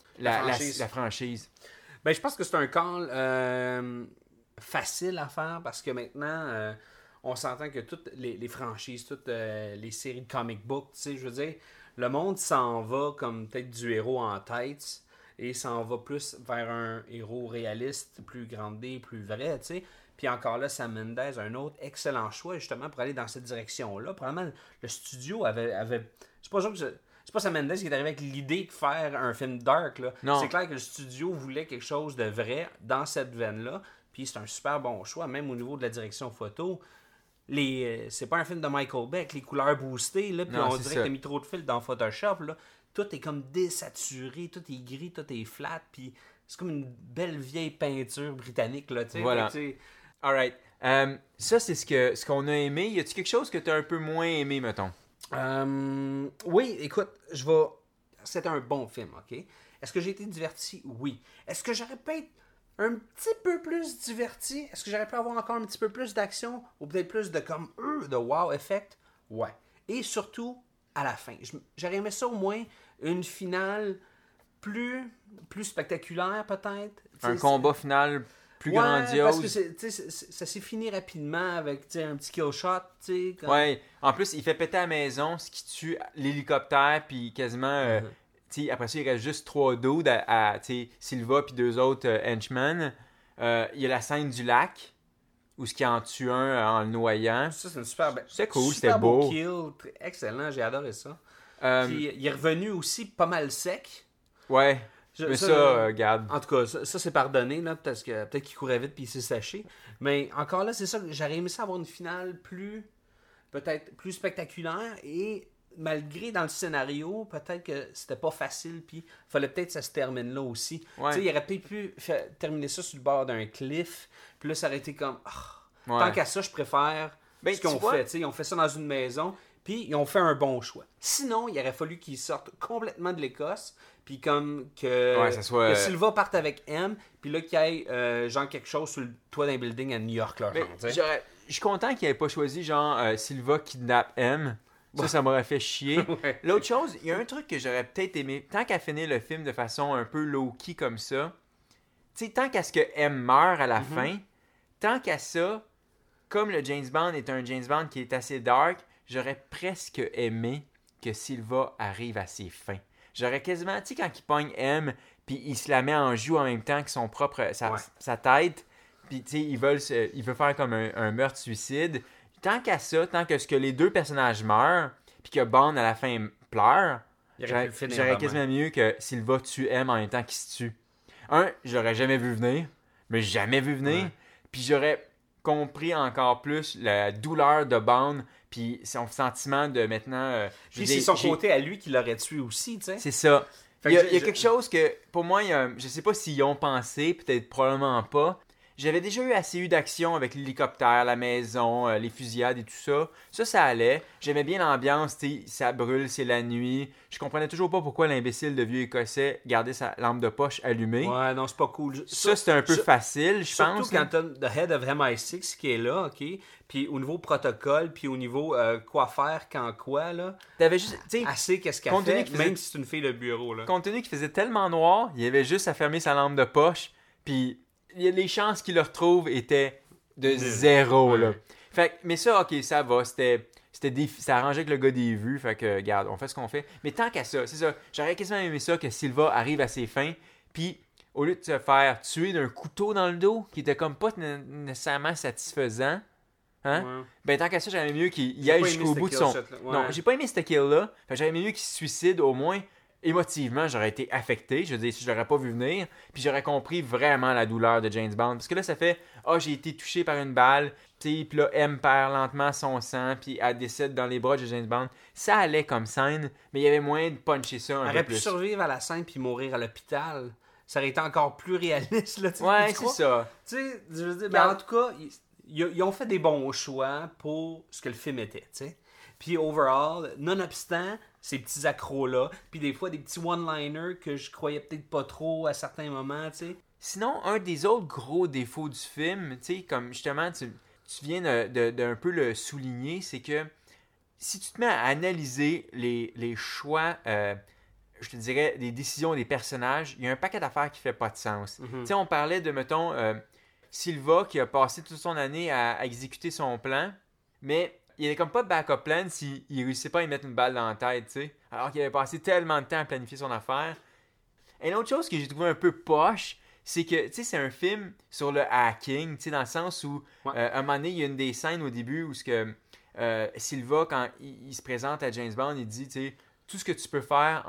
la franchise. Ben, je pense que c'est un call facile à faire parce que maintenant, on s'entend que toutes les franchises, toutes les séries de comic book, tu sais, je veux dire, le monde s'en va comme peut-être du héros en tête et s'en va plus vers un héros réaliste, plus grandé, plus vrai, tu sais. Puis encore là, Sam Mendes a un autre excellent choix justement pour aller dans cette direction-là. Probablement, le studio avait... C'est pas Sam Mendes qui est arrivé avec l'idée de faire un film dark, là. Non. C'est clair que le studio voulait quelque chose de vrai dans cette veine-là. Puis c'est un super bon choix, même au niveau de la direction photo. c'est pas un film de Michael Bay avec les couleurs boostées, là, puis Non, on c'est dirait ça. que t'as mis trop de fils dans Photoshop, là. Tout est comme désaturé, tout est gris, tout est flat, puis c'est comme une belle vieille peinture britannique, là, tu sais. Voilà. Fait que, tu sais, Alright. Ça, c'est ce qu'on a aimé. Y a-tu quelque chose que t'as un peu moins aimé, mettons? oui, écoute, c'était un bon film, ok? Est-ce que j'ai été diverti? Oui. Est-ce que j'aurais pu être un petit peu plus diverti? Est-ce que j'aurais pu avoir encore un petit peu plus d'action? Ou peut-être plus de comme de wow effect? Ouais. Et surtout, à la fin. J'aurais aimé ça au moins une finale plus spectaculaire, peut-être. Un T'sais, combat final plus ouais, grandiose. parce que ça s'est fini rapidement avec un petit kill shot. Comme... Ouais. En plus, il fait péter la maison, ce qui tue l'hélicoptère, puis quasiment... t'sais, après ça, il reste juste 3 dudes à Silva puis 2 autres henchmen. Il y a la scène du lac, où ce qui en tue un en le noyant. Ça, c'est une super belle. C'était cool, super c'était beau. Kill, excellent, j'ai adoré ça. Euh, Puis il est revenu aussi pas mal sec. Ouais. Mais ça, regarde. En tout cas, ça c'est pardonné, là, parce que peut-être qu'il courait vite puis il s'est séché. Mais encore là, c'est ça, j'aurais aimé ça avoir une finale peut-être plus spectaculaire et malgré dans le scénario, peut-être que c'était pas facile puis fallait peut-être que ça se termine là aussi. Ouais. Tu sais, il aurait peut-être pu terminer ça sur le bord d'un cliff, puis là ça aurait été comme Ouais. tant qu'à ça, je préfère Ben, ce qu'ils tu ont vois- fait. Tu sais, ils ont fait ça dans une maison, puis ils ont fait un bon choix. Sinon, il aurait fallu qu'ils sortent complètement de l'Écosse, puis comme que, Ouais, ça soit, que Silva parte avec M, puis là qu'il y ait genre quelque chose sur le toit d'un building à New York. Là, Mais genre, tu sais. je suis content qu'il ait pas choisi genre Silva kidnappe M. Ça m'aurait fait chier. Ouais. L'autre chose, il y a un truc que j'aurais peut-être aimé, tant qu'à finir le film de façon un peu low-key comme ça, tu sais, tant qu'à ce que M meurt à la fin, tant qu'à ça, comme le James Bond est un James Bond qui est assez dark, j'aurais presque aimé que Silva arrive à ses fins. J'aurais quasiment, tu sais, quand il pogne M, puis il se la met en joue en même temps que sa tête, puis tu sais, il veut faire comme un meurtre-suicide. Tant qu'à ça, tant que ce que les deux personnages meurent, puis que Bond à la fin pleure, Il aurait pu le finir j'aurais vraiment. quasiment mieux que Silva tue M en même temps qu'il se tue. J'aurais jamais vu venir, mais jamais vu venir, Ouais. puis j'aurais compris encore plus la douleur de Bond, puis son sentiment de maintenant... je veux Puis c'est dire, son côté à lui qui l'aurait tué aussi, tu sais. c'est ça. Fait Il y a, que il y a quelque chose que, pour moi, je sais pas s'ils y ont pensé, peut-être probablement pas. J'avais déjà assez eu d'action avec l'hélicoptère, la maison, les fusillades et tout ça. Ça allait. J'aimais bien l'ambiance, tu sais, ça brûle, c'est la nuit. Je comprenais toujours pas pourquoi l'imbécile de vieux écossais gardait sa lampe de poche allumée. Ouais, non, c'est pas cool. Ça, c'était un peu facile, je Surtout pense. quand t'as The Head of MI6 qui est là, ok? Puis au niveau protocole, puis au niveau quoi faire, quand quoi, là. T'avais juste, tu sais, Assez qu'est-ce qu'elle Compte tenu fait, qu'il faisait- même si c'est une fille de bureau, là. compte tenu qu'il faisait tellement noir, il avait juste à fermer sa lampe de poche, puis les chances qu'il le retrouve étaient de zéro, là. Fait que, mais ça, ok, ça va, ça arrangeait avec le gars des vues, fait que, regarde, on fait ce qu'on fait. Mais tant qu'à ça, c'est ça, j'aurais quasiment aimé ça que Silva arrive à ses fins, puis au lieu de se faire tuer d'un couteau dans le dos, qui était comme pas nécessairement satisfaisant, hein? Ouais. Ben tant qu'à ça, j'aurais mieux qu'il J'ai aille pas aimé jusqu'au ce bout de kill son... shot-là. Ouais. Non, j'ai pas aimé ce kill-là. Fait que j'aurais mieux qu'il se suicide au moins. Émotivement, j'aurais été affecté. Je veux dire, si je l'aurais pas vu venir, puis j'aurais compris vraiment la douleur de James Bond. Parce que là, ça fait « Ah, j'ai été touché par une balle. » Puis là, M perd lentement son sang, puis elle décède dans les bras de James Bond. Ça allait comme scène, mais il y avait moyen de puncher ça un Elle peu aurait pu plus. survivre à la scène puis mourir à l'hôpital. Ça aurait été encore plus réaliste, là, tu sais, Ouais, tu c'est crois? ça. Tu sais, je veux dire, ben, en tout cas, ils ont fait des bons choix pour ce que le film était, tu sais. Puis overall, nonobstant ces petits accros-là, puis des fois des petits one-liners que je croyais peut-être pas trop à certains moments, tu sais. Sinon, un des autres gros défauts du film, tu sais, comme justement, tu viens d'un peu le souligner, c'est que si tu te mets à analyser les choix, je te dirais, les décisions des personnages, il y a un paquet d'affaires qui fait pas de sens. Tu sais, on parlait de, mettons, Silva qui a passé toute son année à exécuter son plan, mais il n'y avait comme pas de backup plan s'il ne réussissait pas à y mettre une balle dans la tête, tu sais. Alors qu'il avait passé tellement de temps à planifier son affaire. Et une autre chose que j'ai trouvé un peu poche, c'est que, tu sais, c'est un film sur le hacking, tu sais, dans le sens où, Ouais. un moment donné, il y a une des scènes au début où Silva, quand il se présente à James Bond, il dit, tu sais, tout ce que tu peux faire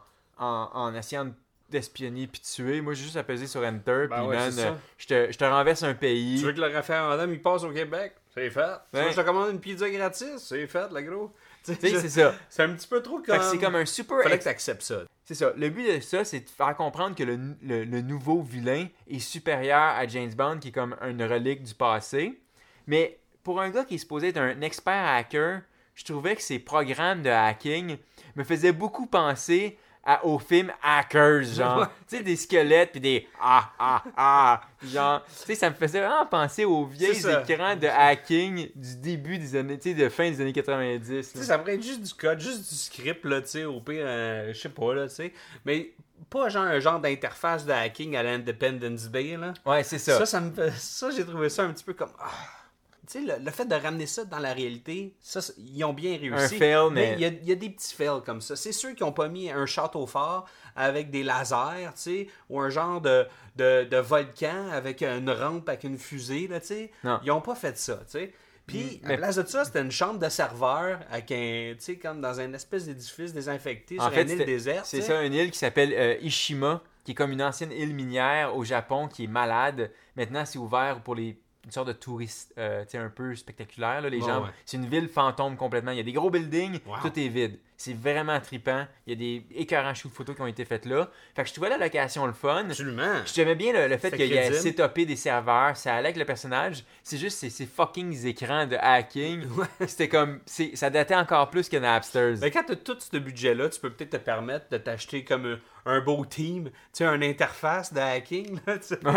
en essayant d'espionner puis de tuer, moi, j'ai juste à peser sur Enter, Ben puis ouais, man, c'est ça. je te renverse un pays. Tu veux que le référendum, il passe au Québec? C'est fait. Tu veux que je te commande une pizza gratis? C'est fait, le gros. Tu sais, c'est ça. C'est un petit peu trop Fait comme... que c'est comme un super... Fallait que tu acceptes ça. C'est ça. Le but de ça, c'est de faire comprendre que le nouveau vilain est supérieur à James Bond, qui est comme une relique du passé. Mais pour un gars qui est supposé être un expert hacker, je trouvais que ses programmes de hacking me faisaient beaucoup penser au film Hackers, genre. Tu sais, des squelettes puis des genre. Tu sais, ça me faisait vraiment penser aux vieilles écrans de hacking du début des années, tu sais, de fin des années 90. Tu sais, ça pourrait être juste du code, juste du script, là, tu sais, au pire, je sais pas, là, tu sais. Mais pas genre un genre d'interface de hacking à l'Independence Day, là. Ouais, c'est ça. Ça, j'ai trouvé ça un petit peu comme... Tu sais, le fait de ramener ça dans la réalité, ça, ils ont bien réussi. Un fail, mais... Il y a des petits fails comme ça. C'est sûr qu'ils n'ont pas mis un château fort avec des lasers, tu sais, ou un genre de volcan avec une rampe avec une fusée, là, tu sais. Ils n'ont pas fait ça, tu sais. Puis, à la place de ça, c'était une chambre de serveur avec un, tu sais, comme dans une espèce d'édifice désinfecté sur une île déserte. C'est ça, une île qui s'appelle Ishima, qui est comme une ancienne île minière au Japon qui est malade. Maintenant, c'est ouvert pour une sorte de touriste un peu spectaculaire. Là, les gens, c'est une ville fantôme complètement. Il y a des gros buildings, tout est vide. C'est vraiment trippant. Il y a des écœurants shoots photos qui ont été faits là. Fait que je trouvais la location le fun. Absolument. J'aimais bien le fait qu'il y ait setupé des serveurs. Ça allait avec le personnage. C'est juste ces fucking écrans de hacking. C'était comme... ça datait encore plus que Napsters. Ben, quand tu as tout ce budget-là, tu peux peut-être te permettre de t'acheter comme un beau team. Tu sais, une interface de hacking. Là,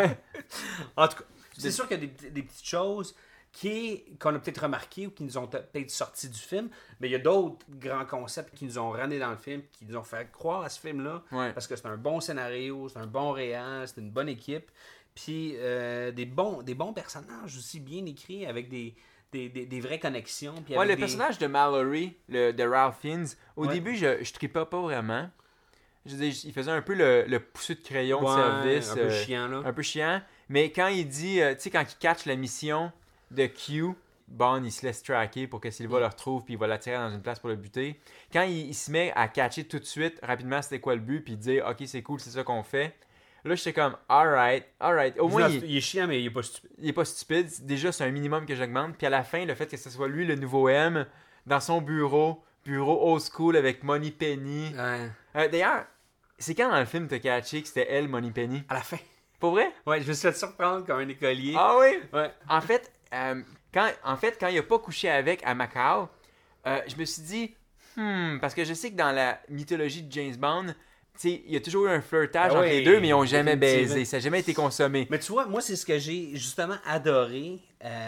en tout cas, c'est sûr qu'il y a des petites choses qu'on a peut-être remarquées ou qui nous ont peut-être sorti du film, mais il y a d'autres grands concepts qui nous ont ramenés dans le film, qui nous ont fait croire à ce film-là, parce que c'est un bon scénario, c'est un bon réal, c'est une bonne équipe, puis des bons personnages aussi bien écrits avec des vraies connexions. Puis le personnage de Mallory, de Ralph Fiennes, au début, je tripais pas vraiment. Je veux dire, il faisait un peu le pousseux de crayon de service. Un peu chiant, là. Un peu chiant. Mais quand il dit, tu sais, quand il catch la mission de Q, Bond, il se laisse tracker pour que Silva le retrouve, puis il va l'attirer dans une place pour le buter. Quand il se met à catcher tout de suite, rapidement, c'était quoi le but, puis il dit, OK, c'est cool, c'est ça qu'on fait. Là, j'étais comme, alright. Au moins, il est chiant, mais il est pas stupide. Il est pas stupide. Déjà, c'est un minimum que j'augmente. Puis à la fin, le fait que ce soit lui, le nouveau M, dans son bureau old school avec Money Penny. D'ailleurs, c'est quand dans le film t'as catché que c'était elle, Money Penny? À la fin. Pour vrai? Ouais, je me suis fait surprendre comme un écolier. Ah oui? Ouais. En fait, quand il a pas couché avec à Macao, je me suis dit, parce que je sais que dans la mythologie de James Bond, il y a toujours eu un flirtage entre les deux, mais ils n'ont jamais baisé. Ça n'a jamais été consommé. Mais tu vois, moi, c'est ce que j'ai justement adoré.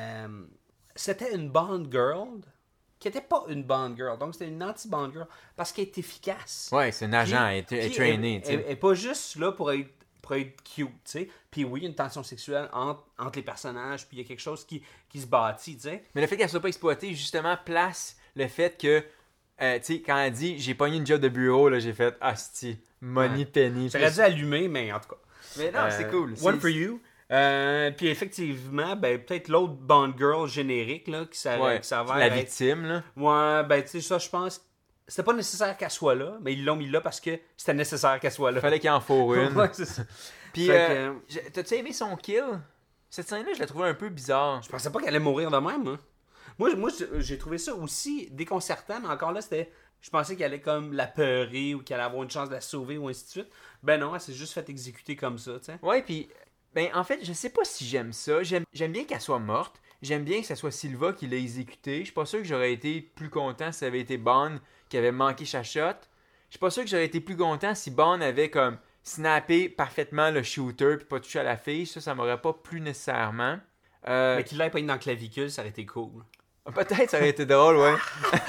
C'était une Bond girl qui n'était pas une Bond girl. Donc, c'était une anti-Bond girl parce qu'elle est efficace. Ouais, c'est un agent, elle est trainée. Elle n'est pas juste là pour être cute, tu sais. Puis oui, il y a une tension sexuelle entre les personnages, puis il y a quelque chose qui se bâtit, tu sais. Mais le fait qu'elle soit pas exploitée, justement, place le fait que, tu sais, quand elle dit « j'ai pogné une job de bureau », là, j'ai fait « Asti, Money Penny ». J'aurais dû allumer, mais en tout cas. Mais non, c'est cool. One for you. Puis effectivement, ben, peut-être l'autre Bond Girl générique, là, qui s'avère la victime, là. Ouais, ben, tu sais, ça, je pense... C'était pas nécessaire qu'elle soit là, mais ils l'ont mis là parce que c'était nécessaire qu'elle soit là. Fallait qu'il en faut une. Ouais, c'est ça. Puis, t'as-tu aimé son kill? Cette scène-là, je la trouvais un peu bizarre. Je pensais pas qu'elle allait mourir de même, hein. Moi, j'ai trouvé ça aussi déconcertant, mais encore là, c'était... Je pensais qu'elle allait comme la peurer ou qu'elle allait avoir une chance de la sauver ou ainsi de suite. Ben non, elle s'est juste fait exécuter comme ça, tu sais. Ouais, puis... Ben, en fait, je sais pas si j'aime ça. J'aime bien qu'elle soit morte. J'aime bien que ce soit Silva qui l'a exécutée. Je suis pas sûr que j'aurais été plus content si ça avait été Bond qui avait manqué sa shot. Je suis pas sûr que j'aurais été plus content si Bond avait comme snappé parfaitement le shooter puis pas touché à la fille. Ça m'aurait pas plu nécessairement. Mais qu'il l'ait pas mis dans le clavicule, ça aurait été cool. Peut-être ça aurait été drôle, ouais.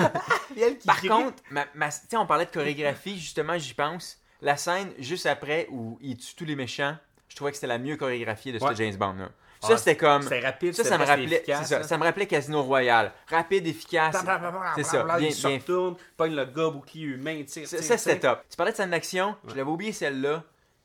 Par crie. contre, on parlait de chorégraphie, justement, j'y pense. La scène juste après où il tue tous les méchants, je trouvais que c'était la mieux chorégraphiée de ce James Bond-là. Ça, c'était comme... C'était rapide, ça me rappelait, efficace. Ça me rappelait Casino Royale. Rapide, efficace. C'est ça. Il se retourne, pogne le gars, bouclier humain, tire. Ça, c'était top. Tu parlais de scène d'action, je l'avais oublié celle-là.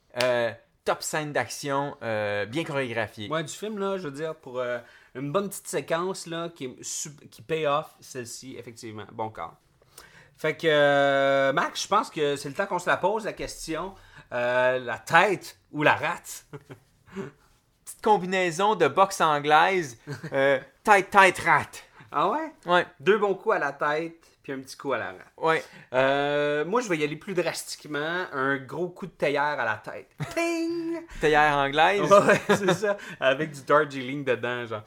Top scène d'action, bien chorégraphiée. Ouais, du film, là, je veux dire, pour une bonne petite séquence, là, qui paye off, celle-ci, effectivement. Bon corps. Fait que, Max, je pense que c'est le temps qu'on se la pose, la question. La tête ou la rate? Petite combinaison de boxe anglaise, Tight rat. Ah ouais? Ouais. 2 bons coups à la tête, puis un petit coup à la rate. Ouais. Moi, je vais y aller plus drastiquement. Un gros coup de théière à la tête. Ting! Théière anglaise. Ouais, c'est ça. Avec du Darjeeling dedans, genre.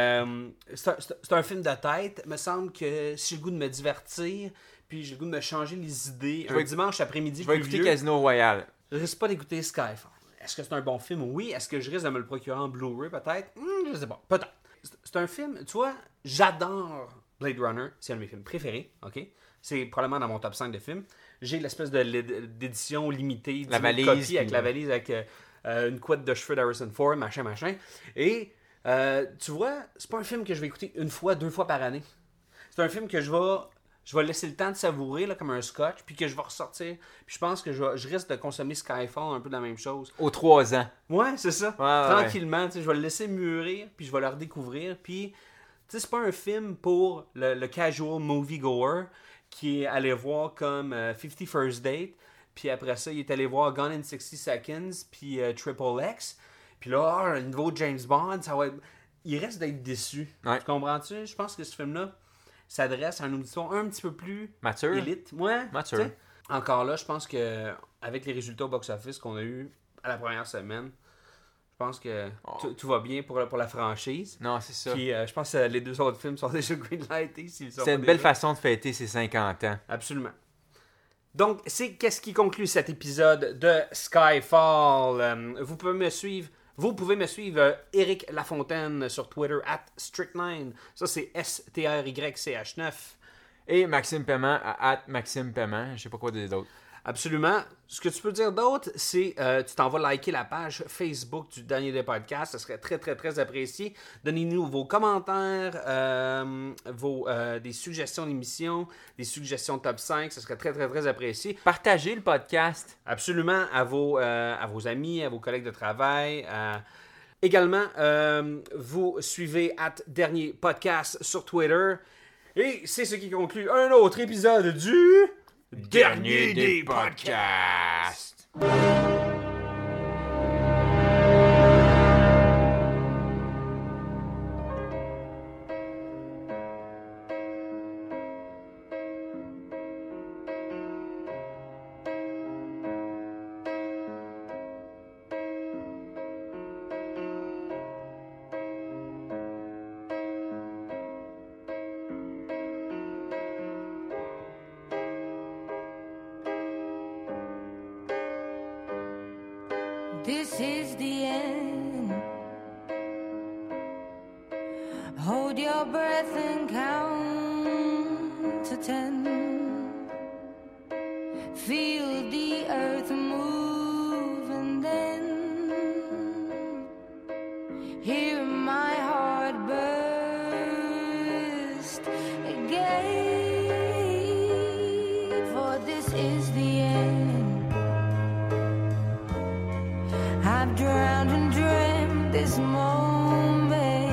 C'est un film de tête. Il me semble que si j'ai le goût de me divertir, puis j'ai le goût de me changer les idées, un dimanche après-midi Je vais écouter Casino Royale. je risque pas d'écouter Skyfall. Est-ce que c'est un bon film? Oui. Est-ce que je risque de me le procurer en Blu-ray, peut-être? Je sais pas. Peut-être. C'est un film, tu vois, j'adore Blade Runner. C'est un de mes films préférés, OK? C'est probablement dans mon top 5 de films. J'ai l'espèce d'édition limitée, la valise, copie avec la valise, avec une couette de cheveux d'Harrison Ford, machin. Et tu vois, c'est pas un film que je vais écouter 1 fois, 2 fois par année. C'est un film que je vais laisser le temps de savourer là, comme un scotch, puis que je vais ressortir. Puis je pense que je risque de consommer Skyfall un peu de la même chose. Aux 3 ans. Ouais, c'est ça. Ouais, tranquillement, je vais le laisser mûrir, puis je vais le redécouvrir. Puis, c'est pas un film pour le casual moviegoer qui est allé voir comme 50 First Date, puis après ça, il est allé voir Gone in 60 Seconds, puis Triple X. Puis là, le nouveau James Bond, ça va être... Il reste d'être déçu. Ouais. Tu comprends-tu? Je pense que ce film-là s'adresse à un auditoire un petit peu plus Mature. élite. Ouais, Mature. t'sais. Encore là, je pense que avec les résultats au box-office qu'on a eu à la première semaine, je pense que tout va bien pour la franchise. Non, c'est ça. Puis je pense que les 2 autres films sont déjà greenlightés. C'est une belle façon de fêter ses 50 ans. Absolument. Donc, c'est qu'est-ce qui conclut cet épisode de Skyfall. Vous pouvez me suivre, Éric Lafontaine sur Twitter, @Strict9. Ça, c'est STRYCH9. Et Maxime Paiement à @Maxime Paiement. Je sais pas quoi dire d'autre. Absolument. Ce que tu peux dire d'autre, c'est tu t'en vas liker la page Facebook du Dernier des Podcasts. Ce serait très, très, très apprécié. Donnez-nous vos commentaires, des suggestions d'émissions, des suggestions de top 5. Ce serait très, très, très apprécié. Partagez le podcast. Absolument. À vos amis, à vos collègues de travail. Également, vous suivez @Dernier Podcast sur Twitter. Et c'est ce qui conclut un autre épisode du... Dernier des podcasts. This is the end. Hold your breath and count to 10. Feel the earth move and then hear my heart burst again. For this is the end. I've drowned and dreamt this moment,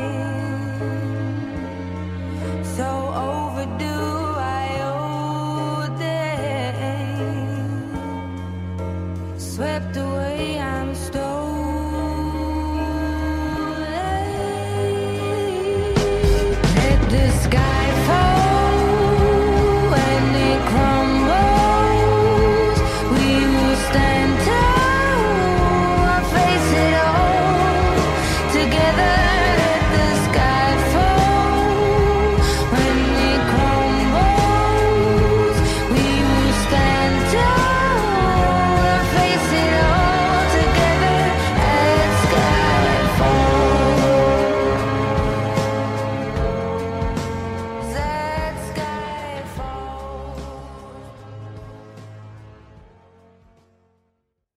so overdue I owe them. Swept away, I'm still